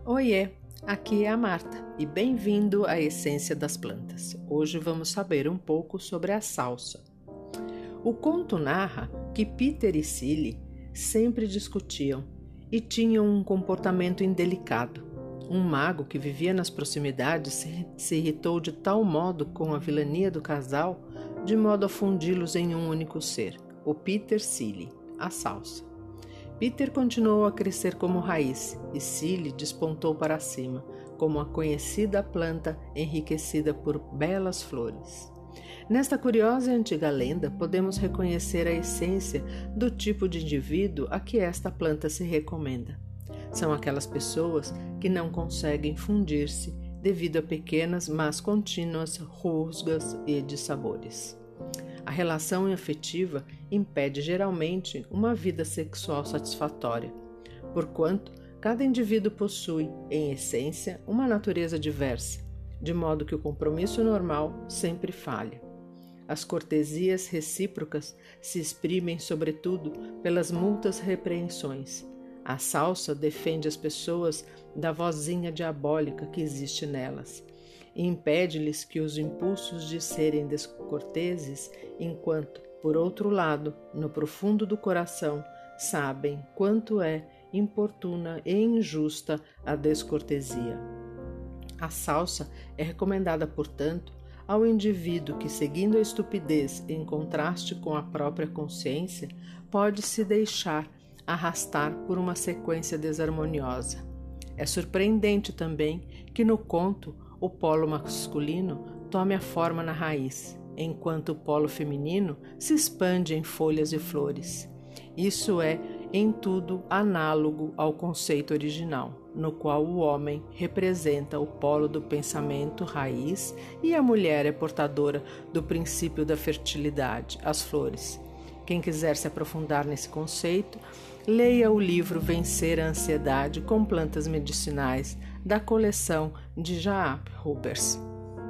Oiê, aqui é a Marta e bem-vindo à Essência das Plantas. Hoje vamos saber um pouco sobre a salsa. O conto narra que Peter e Cilly sempre discutiam e tinham um comportamento indelicado. Um mago que vivia nas proximidades se irritou de tal modo com a vilania do casal, de modo a fundi-los em um único ser, o Peter Cilly, a salsa. Peter continuou a crescer como raiz e Cilly despontou para cima, como a conhecida planta enriquecida por belas flores. Nesta curiosa e antiga lenda, podemos reconhecer a essência do tipo de indivíduo a que esta planta se recomenda. São aquelas pessoas que não conseguem fundir-se devido a pequenas, mas contínuas rusgas e dissabores. A relação afetiva impede geralmente uma vida sexual satisfatória, porquanto cada indivíduo possui, em essência, uma natureza diversa, de modo que o compromisso normal sempre falha. As cortesias recíprocas se exprimem, sobretudo, pelas multas repreensões. A salsa defende as pessoas da vozinha diabólica que existe nelas e impede-lhes que os impulsos de serem descorteses, enquanto, por outro lado, no profundo do coração, sabem quanto é importuna e injusta a descortesia. A salsa é recomendada, portanto, ao indivíduo que, seguindo a estupidez em contraste com a própria consciência, pode se deixar arrastar por uma sequência desarmoniosa. É surpreendente também que no conto o polo masculino tome a forma na raiz, enquanto o polo feminino se expande em folhas e flores. Isso é, em tudo, análogo ao conceito original, no qual o homem representa o polo do pensamento raiz e a mulher é portadora do princípio da fertilidade, as flores. Quem quiser se aprofundar nesse conceito, leia o livro Vencer a Ansiedade com Plantas Medicinais, da coleção de Jaap Ruppers.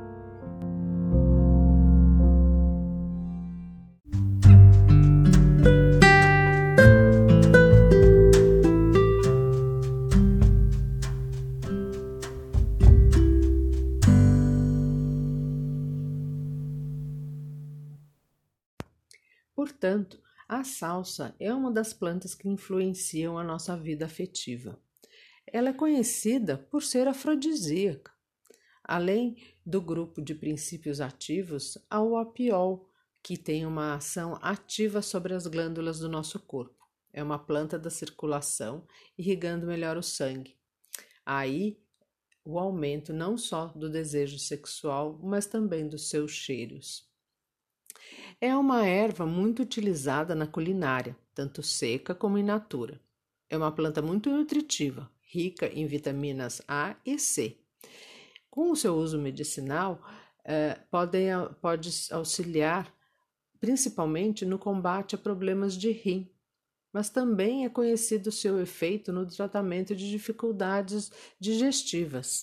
Portanto, a salsa é uma das plantas que influenciam a nossa vida afetiva. Ela é conhecida por ser afrodisíaca. Além do grupo de princípios ativos, há o apiol, que tem uma ação ativa sobre as glândulas do nosso corpo. É uma planta da circulação, irrigando melhor o sangue. Aí, o aumento não só do desejo sexual, mas também dos seus cheiros. É uma erva muito utilizada na culinária, tanto seca como in natura. É uma planta muito nutritiva, rica em vitaminas A e C. Com o seu uso medicinal, pode auxiliar principalmente no combate a problemas de rim, mas também é conhecido o seu efeito no tratamento de dificuldades digestivas.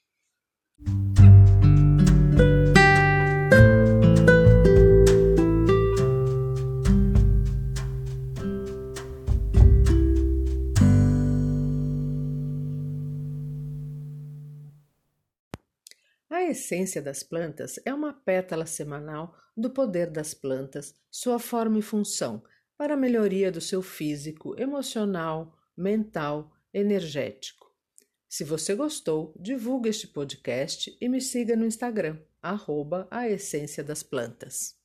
A essência das plantas é uma pétala semanal do poder das plantas, sua forma e função, para a melhoria do seu físico, emocional, mental, energético. Se você gostou, divulgue este podcast e me siga no Instagram, @a Essência das Plantas.